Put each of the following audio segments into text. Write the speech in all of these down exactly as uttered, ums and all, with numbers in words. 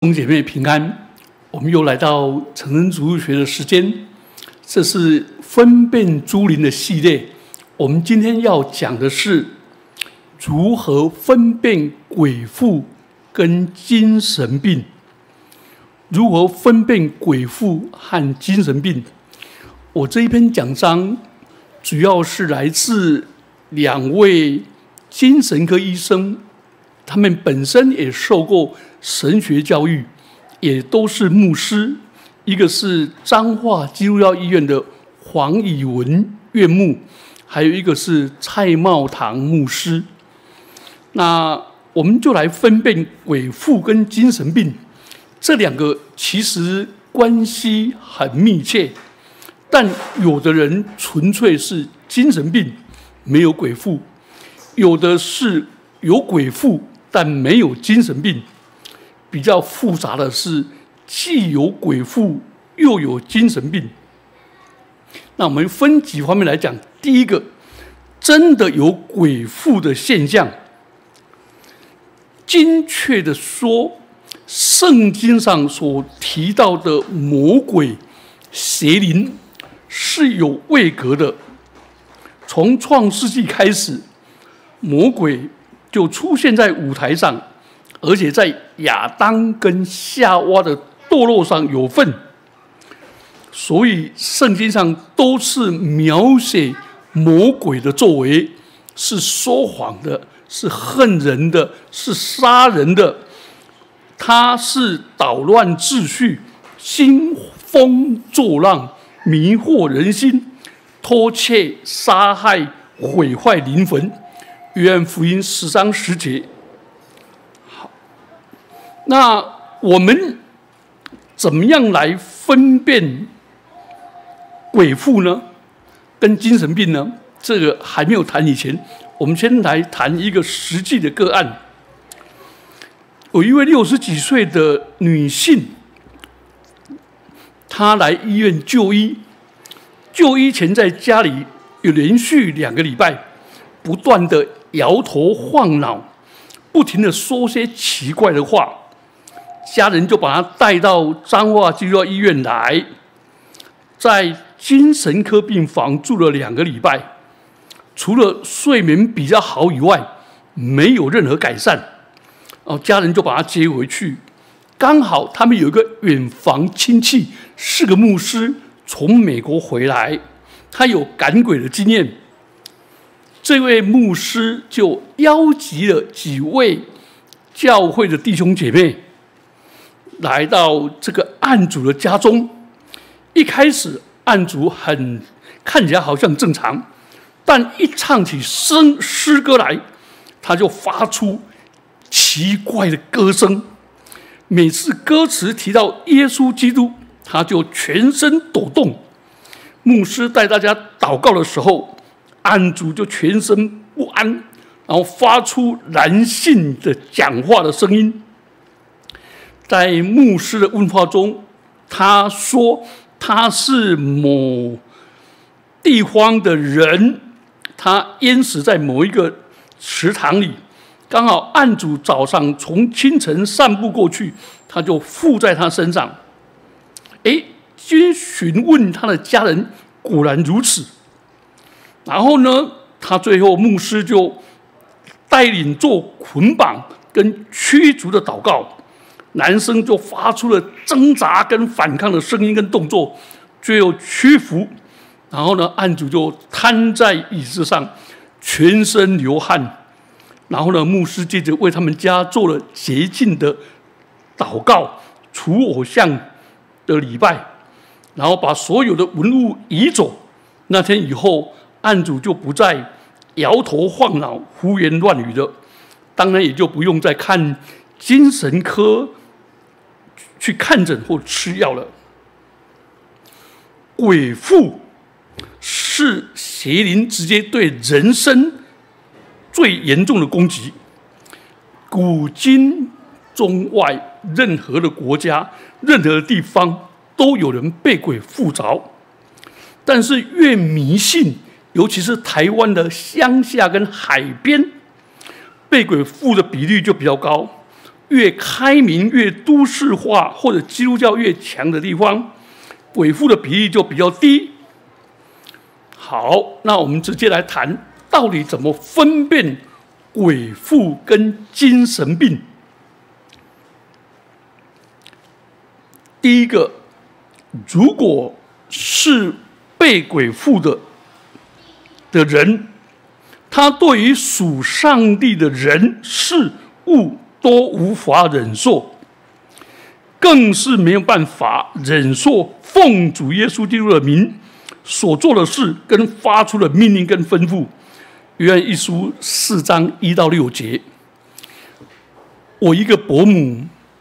兄姐妹平安，我们又来到成人主义学的时间，这是分辨诸灵的系列。我们今天要讲的是如何分辨鬼附跟精神病。如何分辨鬼附和精神病？我这一篇讲章主要是来自两位精神科医生，他们本身也受过神学教育，也都是牧师。一个是彰化基督教医院的黄以文院牧，还有一个是蔡茂堂牧师。那我们就来分辨鬼附跟精神病，这两个其实关系很密切，但有的人纯粹是精神病，没有鬼附；有的是有鬼附但没有精神病。比较复杂的是，既有鬼附又有精神病。那我们分几方面来讲。第一个，真的有鬼附的现象。精确的说，圣经上所提到的魔鬼、邪灵是有位格的。从创世纪开始，魔鬼就出现在舞台上，而且在亚当跟夏娃的堕落上有份，所以圣经上都是描写魔鬼的作为，是说谎的，是恨人的，是杀人的，他是捣乱秩序，兴风作浪，迷惑人心，偷窃、杀害、毁坏灵魂。约翰福音十章十节。好，那我们怎么样来分辨鬼附呢？跟精神病呢？这个还没有谈以前，我们先来谈一个实际的个案。有一位六十几岁的女性，她来医院就医，就医前在家里有连续两个礼拜，不断的摇头晃脑，不停的说些奇怪的话，家人就把她带到彰化基督教医院来，在精神科病房住了两个礼拜，除了睡眠比较好以外，没有任何改善。哦，家人就把她接回去。刚好他们有一个远房亲戚是个牧师，从美国回来，他有赶鬼的经验。这位牧师就邀集了几位教会的弟兄姐妹，来到这个案主的家中。一开始案主很看起来好像正常，但一唱起诗诗歌来，他就发出奇怪的歌声。每次歌词提到耶稣基督，他就全身抖动。牧师带大家祷告的时候，案主就全身不安，然后发出男性的讲话的声音。在牧师的问话中，他说他是某地方的人，他淹死在某一个池塘里，刚好案主早上从清晨散步过去，他就附在他身上。哎，经询问他的家人，果然如此。然后呢，他最后牧师就带领做捆绑跟驱逐的祷告，男生就发出了挣扎跟反抗的声音跟动作，最后屈服。然后呢，案主就瘫在椅子上，全身流汗。然后呢，牧师接着为他们家做了洁净的祷告，除偶像的礼拜，然后把所有的文物移走。那天以后，案主就不再摇头晃脑、胡言乱语的，当然也就不用再看精神科去看诊或吃药了。鬼附是邪灵直接对人身最严重的攻击，古今中外任何的国家、任何的地方都有人被鬼附着，但是越迷信，尤其是台湾的乡下跟海边，被鬼附的比率就比较高。 越开明、越都市化，或者基督教越强的地方，鬼附的比例就比较低。好，那我们直接来谈，到底怎么分辨鬼附跟精神病？第一个，如果是被鬼附的的人，他对于属上帝的人事物都无法忍受，更是没有办法忍受奉主耶稣基督的名所做的事跟发出的命令跟吩咐。约翰一书四章一到六节。我一个伯母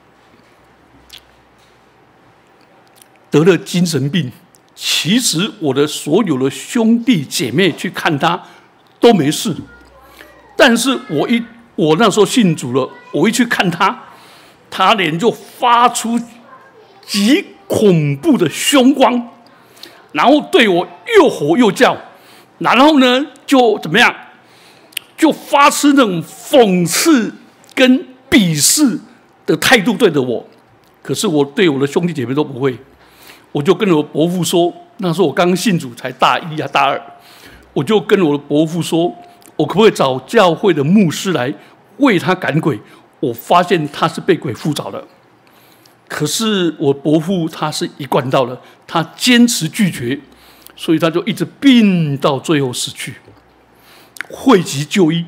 得了精神病，其实我的所有的兄弟姐妹去看他都没事，但是我一我那时候信主了，我一去看他，他脸就发出极恐怖的凶光，然后对我又吼又叫，然后呢就怎么样，就发出那种讽刺跟鄙视的态度对着我。可是我对我的兄弟姐妹都不会，我就跟我伯父说，那时候我刚信主才大一啊大二，我就跟我的伯父说，我可不可以找教会的牧师来为他赶鬼？我发现他是被鬼附着的。可是我伯父他是一贯道的，他坚持拒绝，所以他就一直病到最后死去，讳疾就医。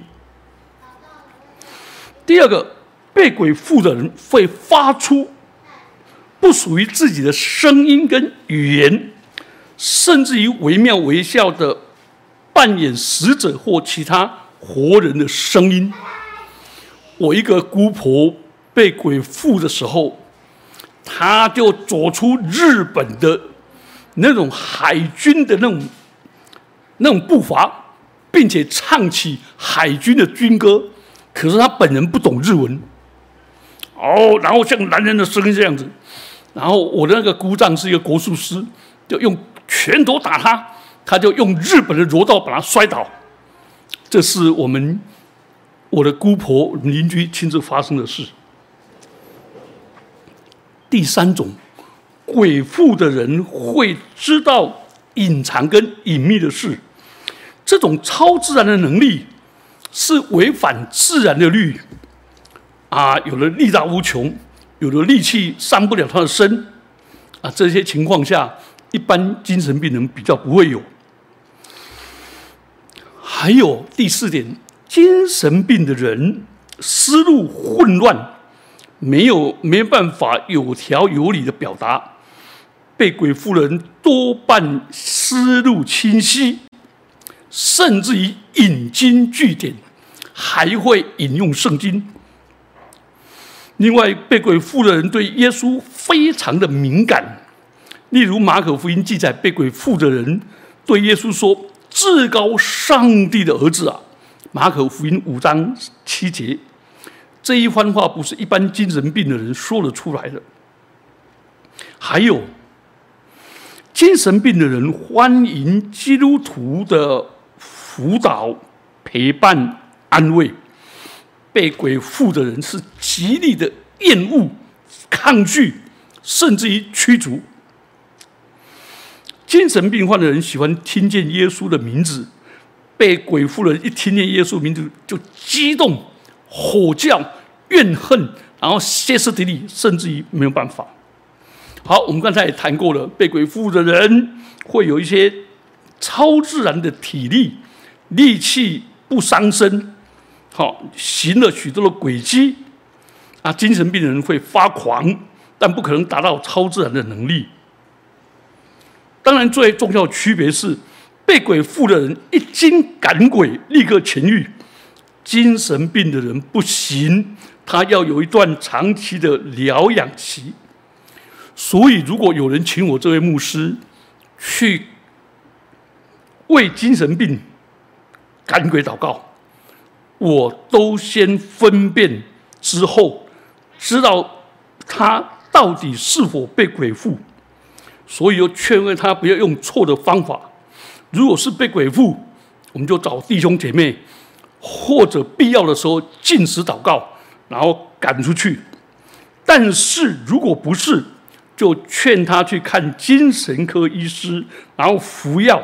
第二个，被鬼附的人会发出不属于自己的声音跟语言，甚至于惟妙惟肖的扮演死者或其他活人的声音。我一个姑婆被鬼附的时候，她就走出日本的那种海军的那种那种步伐，并且唱起海军的军歌。可是她本人不懂日文，哦，然后像男人的声音这样子。然后我的那个姑丈是一个国术师，就用拳头打他，他就用日本的柔道把他摔倒。这是我们我的姑婆邻居亲自发生的事。第三种，鬼附的人会知道隐藏跟隐秘的事，这种超自然的能力是违反自然的律啊，有的力大无穷，有的力气伤不了他的身啊，这些情况下，一般精神病人比较不会有。还有第四点，精神病的人思路混乱，没有没办法有条有理的表达。被鬼附的人多半思路清晰，甚至于引经据典，还会引用圣经。另外，被鬼附的人对耶稣非常的敏感，例如马可福音记载，被鬼附的人对耶稣说：“至高上帝的儿子啊！”马可福音五章七节，这一番话不是一般精神病的人说得出来的。还有，精神病的人欢迎基督徒的辅导、陪伴、安慰。被鬼附的人是极力的厌恶、抗拒，甚至于驱逐。精神病患的人喜欢听见耶稣的名字，被鬼附的人一听见耶稣名字就激动、吼叫、怨恨，然后歇斯底里，甚至于没有办法。好，我们刚才也谈过了，被鬼附的人会有一些超自然的体力，力气不伤身。好，行了许多的诡计啊，精神病人会发狂，但不可能达到超自然的能力。当然，最重要的区别是，被鬼附的人一经赶鬼，立刻痊愈；精神病的人不行，他要有一段长期的疗养期。所以，如果有人请我这位牧师去为精神病赶鬼祷告，我都先分辨之后，知道他到底是否被鬼附，所以又劝慰他不要用错的方法。如果是被鬼附，我们就找弟兄姐妹，或者必要的时候禁食祷告，然后赶出去。 但是如果不是，就劝他去看精神科医师，然后服药。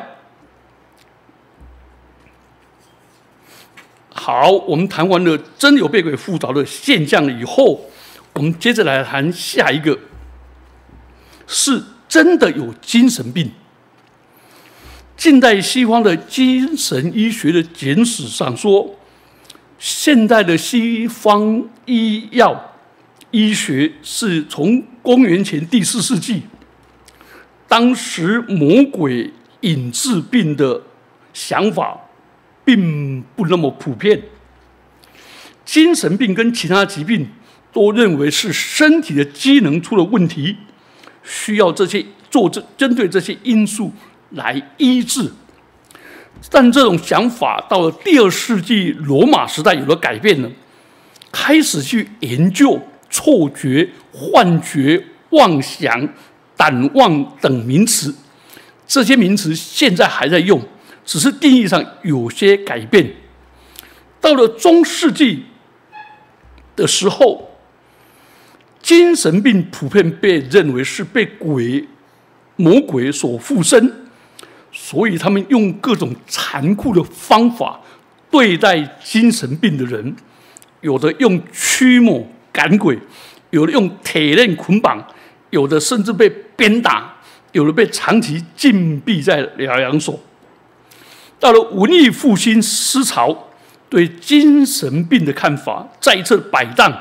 好，我们谈完了真有被鬼附着的现象以后，我们接着来谈下一个，是真的有精神病。近代西方的精神医学的简史上说，现代的西方医药医学是从公元前第四世纪，当时魔鬼引致病的想法并不那么普遍，精神病跟其他疾病都认为是身体的机能出了问题，需要这些做这针对这些因素来医治。但这种想法到了第二世纪罗马时代有了改变了，开始去研究错觉、幻觉、妄想、胆妄等名词。这些名词现在还在用，只是定义上有些改变。到了中世纪的时候，精神病普遍被认为是被鬼、魔鬼所附身，所以他们用各种残酷的方法对待精神病的人，有的用驱魔赶鬼，有的用铁链捆绑，有的甚至被鞭打，有的被长期禁闭在疗养所。到了文艺复兴思潮，对精神病的看法再一次摆荡。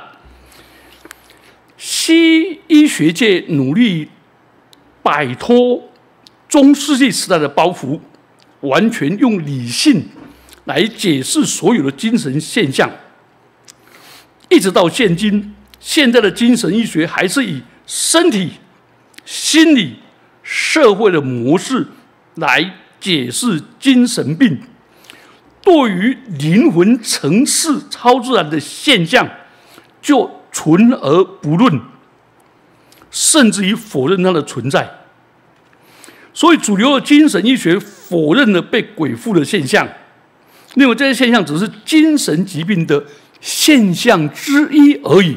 西医学界努力摆脱中世纪时代的包袱，完全用理性来解释所有的精神现象。一直到现今，现在的精神医学还是以身体、心理、社会的模式来解释精神病，对于灵魂层次超自然的现象就存而不论，甚至于否认它的存在。所以主流的精神医学否认了被鬼附的现象，认为这些现象只是精神疾病的现象之一而已。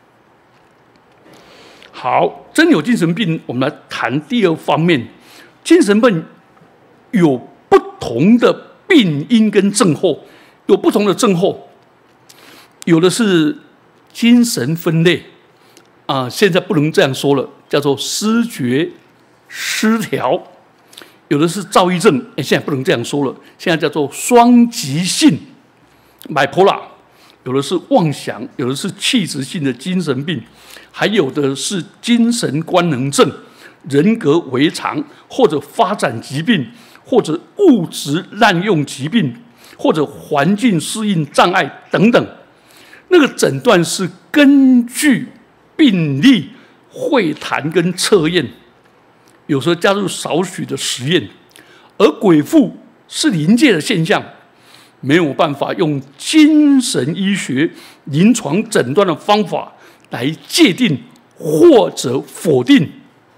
好，真有精神病，我们来谈第二方面。精神病有不同的病因跟症候，有不同的症候，有的是精神分裂啊、呃，现在不能这样说了，叫做思觉失调；有的是躁郁症，哎，现在不能这样说了，现在叫做双极性 bipolar； 有的是妄想，有的是器质性的精神病，还有的是精神官能症、人格违常或者发展疾病，或者物质滥用疾病，或者环境适应障碍等等。那个诊断是根据病例会谈跟测验，有时候加入少许的实验。而鬼附是临界的现象，没有办法用精神医学临床诊断的方法来界定或者否定。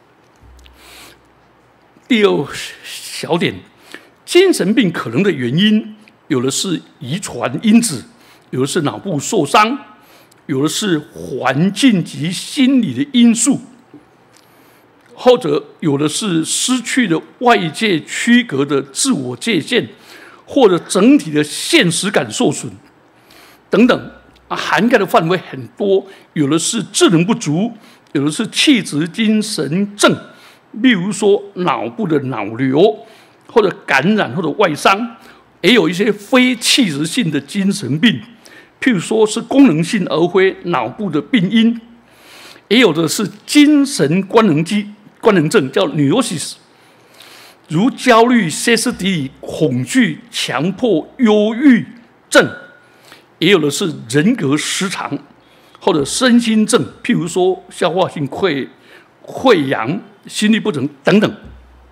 第二小点，精神病可能的原因，有的是遗传因子，有的是脑部受伤，有的是环境及心理的因素，或者有的是失去了外界区隔的自我界限，或者整体的现实感受损等等，涵盖的范围很多。有的是智能不足，有的是器质精神症，例如说脑部的脑瘤，或者感染或者外伤，也有一些非器质性的精神病，譬如说是功能性而非脑部的病因，也有的是精神官能机官能症，叫 neurosis， 如焦虑、歇斯底里、恐惧、强迫、忧郁症，也有的是人格失常或者身心症，譬如说消化性溃溃疡、心律不整等等。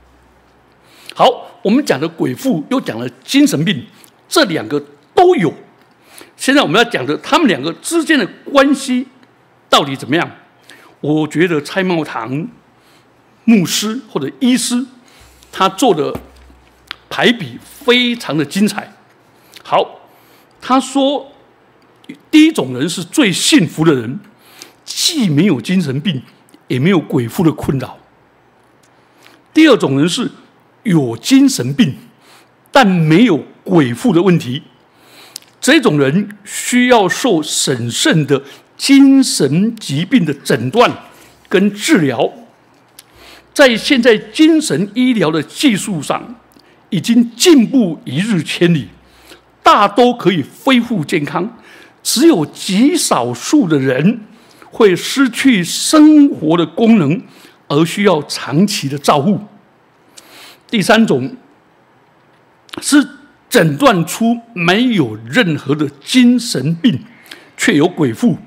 好，我们讲的鬼附，又讲了精神病，这两个都有。现在我们要讲的，他们两个之间的关系到底怎么样？我觉得蔡茂堂牧师或者医师，他做的排比非常的精彩。好，他说，第一种人是最幸福的人， 既没有精神病，也没有鬼附的困扰。第二种人是有精神病，但没有鬼附的问题。这种人需要受审慎的精神疾病的诊断跟治疗。在现在精神医疗的技术上，已经进步一日千里，大都可以恢复健康。只有极少数的人会失去生活的功能，而需要长期的照护。第三种是诊断出没有任何的精神病，却有鬼附。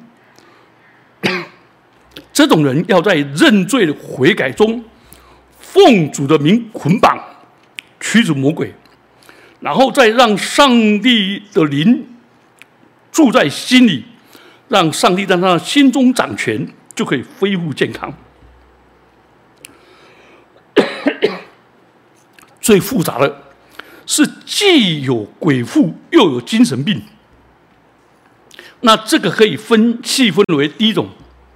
这种人要在认罪的悔改中，奉主的名捆绑、驱逐魔鬼，然后再让上帝的灵住在心里，让上帝在他的心中掌权，就可以恢复健康。最复杂的是既有鬼附又有精神病。那这个可以分细分为第一种，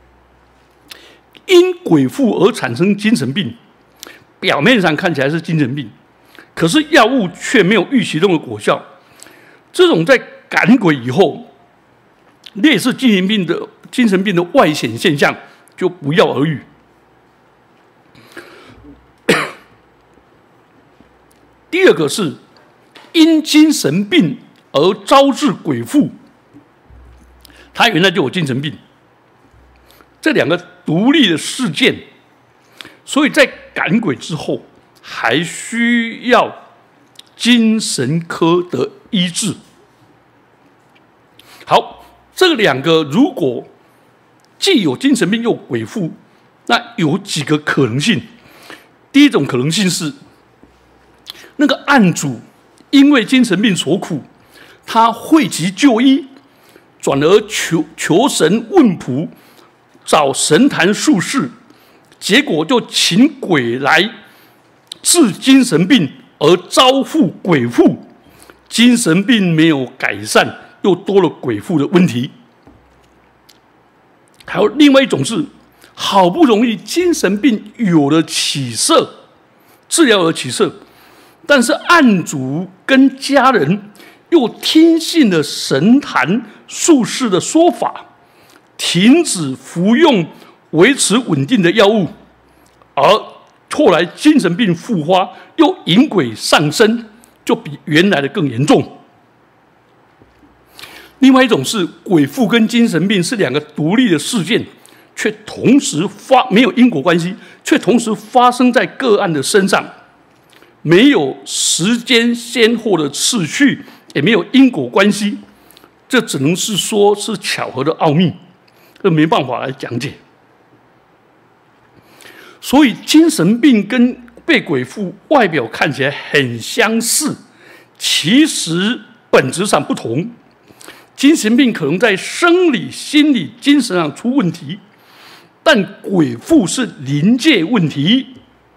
因鬼附而产生精神病，表面上看起来是精神病，可是药物却没有预期中的果效。这种在赶鬼以后，类似精神病的精神病的外显现象就不药而愈。第二个是因精神病而招致鬼附，他原来就有精神病，这两个独立的事件，所以在赶鬼之后，还需要精神科的医治。好，这两个如果既有精神病又有鬼附，那有几个可能性。第一种可能性是，那个案主因为精神病所苦，他讳疾就医，转而求求神问卜，找神坛术士，结果就请鬼来治精神病，而招附鬼附，精神病没有改善，又多了鬼附的问题。还有另外一种是，好不容易精神病有了起色，治疗有了起色，但是案主跟家人又听信了神坛术士的说法，停止服用维持稳定的药物，而后来精神病复发，又引鬼上身，就比原来的更严重。另外一种是鬼附跟精神病是两个独立的事件，却同时发没有因果关系，却同时发生在个案的身上，没有时间先后的次序，也没有因果关系，这只能是说是巧合的奥秘，这没办法来讲解。所以精神病跟被鬼附外表看起来很相似，其实本质上不同。精神病可能在生理、心理、精神上出问题，但鬼附是临界问题。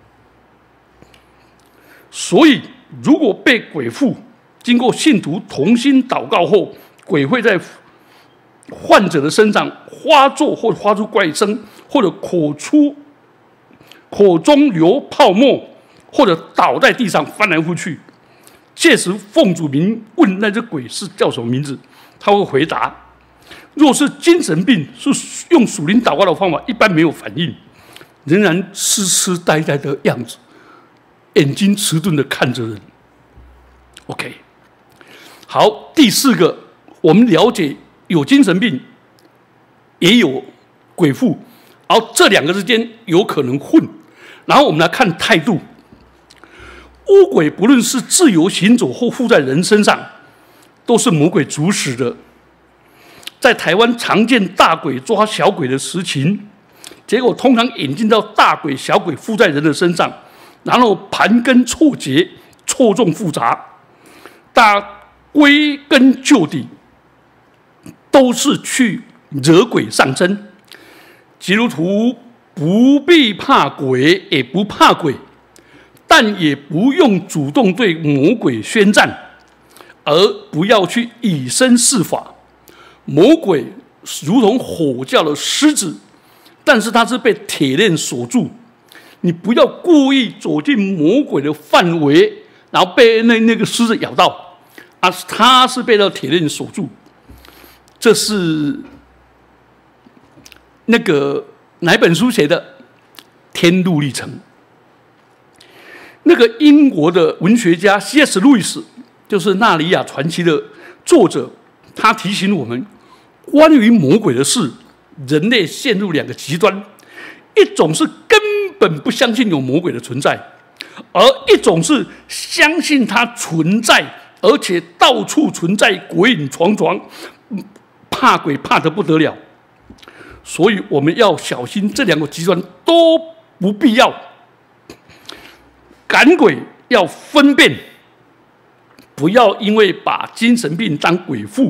所以，如果被鬼附，经过信徒同心祷告后，鬼会在患者的身上发作，或发出怪声，或者口出口中流泡沫，或者倒在地上翻来覆去。届时奉主名问那只鬼是叫什么名字，他会回答。若是精神病，是用属灵祷告的方法，一般没有反应，仍然痴痴呆呆的样子，眼睛迟钝的看着人。OK， 好，第四个，我们了解有精神病，也有鬼附，然后这两个之间有可能混。然后我们来看态度。污鬼不论是自由行走或附在人身上，都是魔鬼主使的。在台湾常见大鬼抓小鬼的实情，结果通常引进到大鬼、小鬼附在人的身上，然后盘根错节、错综复杂。但归根究底，都是去惹鬼上身。基督徒不必怕鬼，也不怕鬼，但也不用主动对魔鬼宣战，而不要去以身试法。魔鬼如同吼叫的狮子，但是它是被铁链锁住。你不要故意走进魔鬼的范围，然后被那那个狮子咬到，啊，它是被那铁链锁住。这是那个哪本书写的？《天路历程》。那个英国的文学家 C S 路易斯，就是《纳尼亚传奇》的作者，他提醒我们，关于魔鬼的事，人类陷入两个极端：一种是根本不相信有魔鬼的存在，而一种是相信它存在，而且到处存在，鬼影幢幢，怕鬼怕得不得了。所以我们要小心，这两个极端都不必要。赶鬼要分辨，不要因为把精神病当鬼附。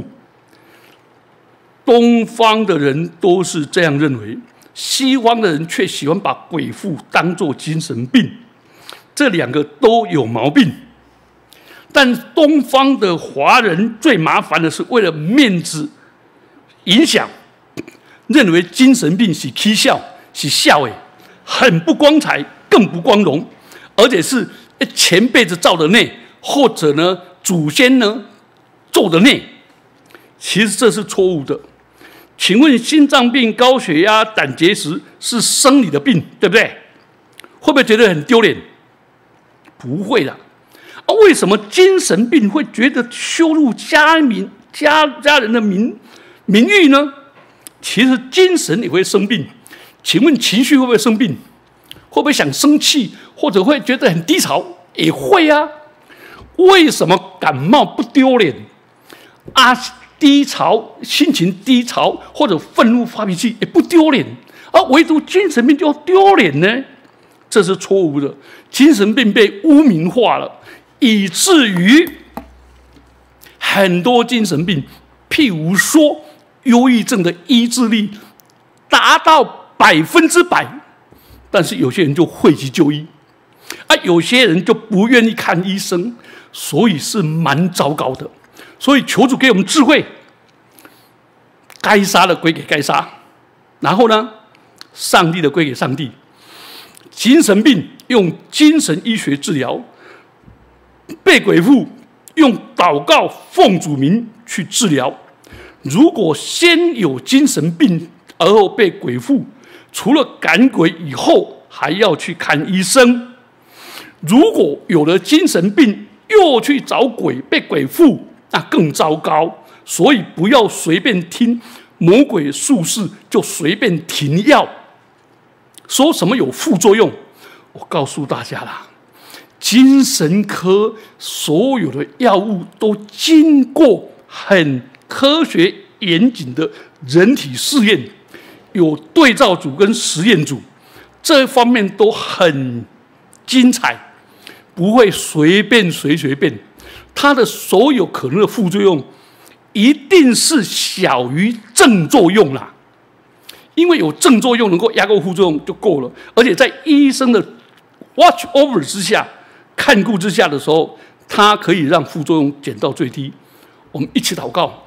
东方的人都是这样认为，西方的人却喜欢把鬼附当作精神病，这两个都有毛病。但东方的华人最麻烦的是，为了面子影响，认为精神病是蹊跷，是笑诶，很不光彩，更不光荣，而且是前辈子造的孽，或者呢祖先呢做的孽。其实这是错误的。请问心脏病、高血压、胆结石是生理的病，对不对？会不会觉得很丢脸？不会啦。啊，为什么精神病会觉得羞辱家民、家家人的名名誉呢？其实精神也会生病。请问情绪会不会生病？会不会想生气，或者会觉得很低潮？也会啊。为什么感冒不丢脸？啊？低潮、心情低潮或者愤怒发脾气也不丢脸，而唯独精神病就要丢脸呢？这是错误的。精神病被污名化了，以至于很多精神病，譬如说忧郁症的医治力达到百分之百，但是有些人就讳疾就医，啊，有些人就不愿意看医生，所以是蛮糟糕的。所以求主给我们智慧，该杀的归给该杀，然后呢，上帝的归给上帝。精神病用精神医学治疗，被鬼附用祷告奉主名去治疗。如果先有精神病而后被鬼附，除了赶鬼以后，还要去看医生。如果有了精神病又去找鬼，被鬼附，那更糟糕。所以不要随便听魔鬼术士就随便停药，说什么有副作用。我告诉大家啦，精神科所有的药物都经过很科学严谨的人体试验，有对照组跟实验组，这方面都很精彩，不会随便随随便。它的所有可能的副作用一定是小于正作用啦，因为有正作用能够压过副作用就够了。而且在医生的 watch over 之下、看顾之下的时候，它可以让副作用减到最低。我们一起祷告，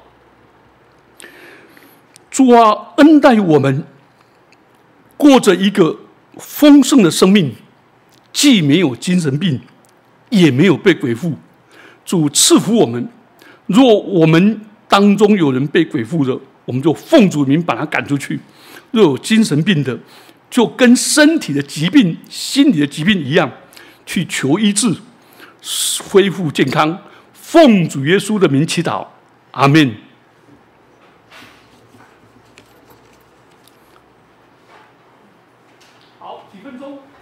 主啊，恩待我们，过着一个丰盛的生命，既没有精神病，也没有被鬼附。主赐福我们，若我们当中有人被鬼附的，我们就奉主名把他赶出去。若有精神病的，就跟身体的疾病、心理的疾病一样，去求医治，恢复健康。奉主耶稣的名祈祷，阿们。好，几分钟。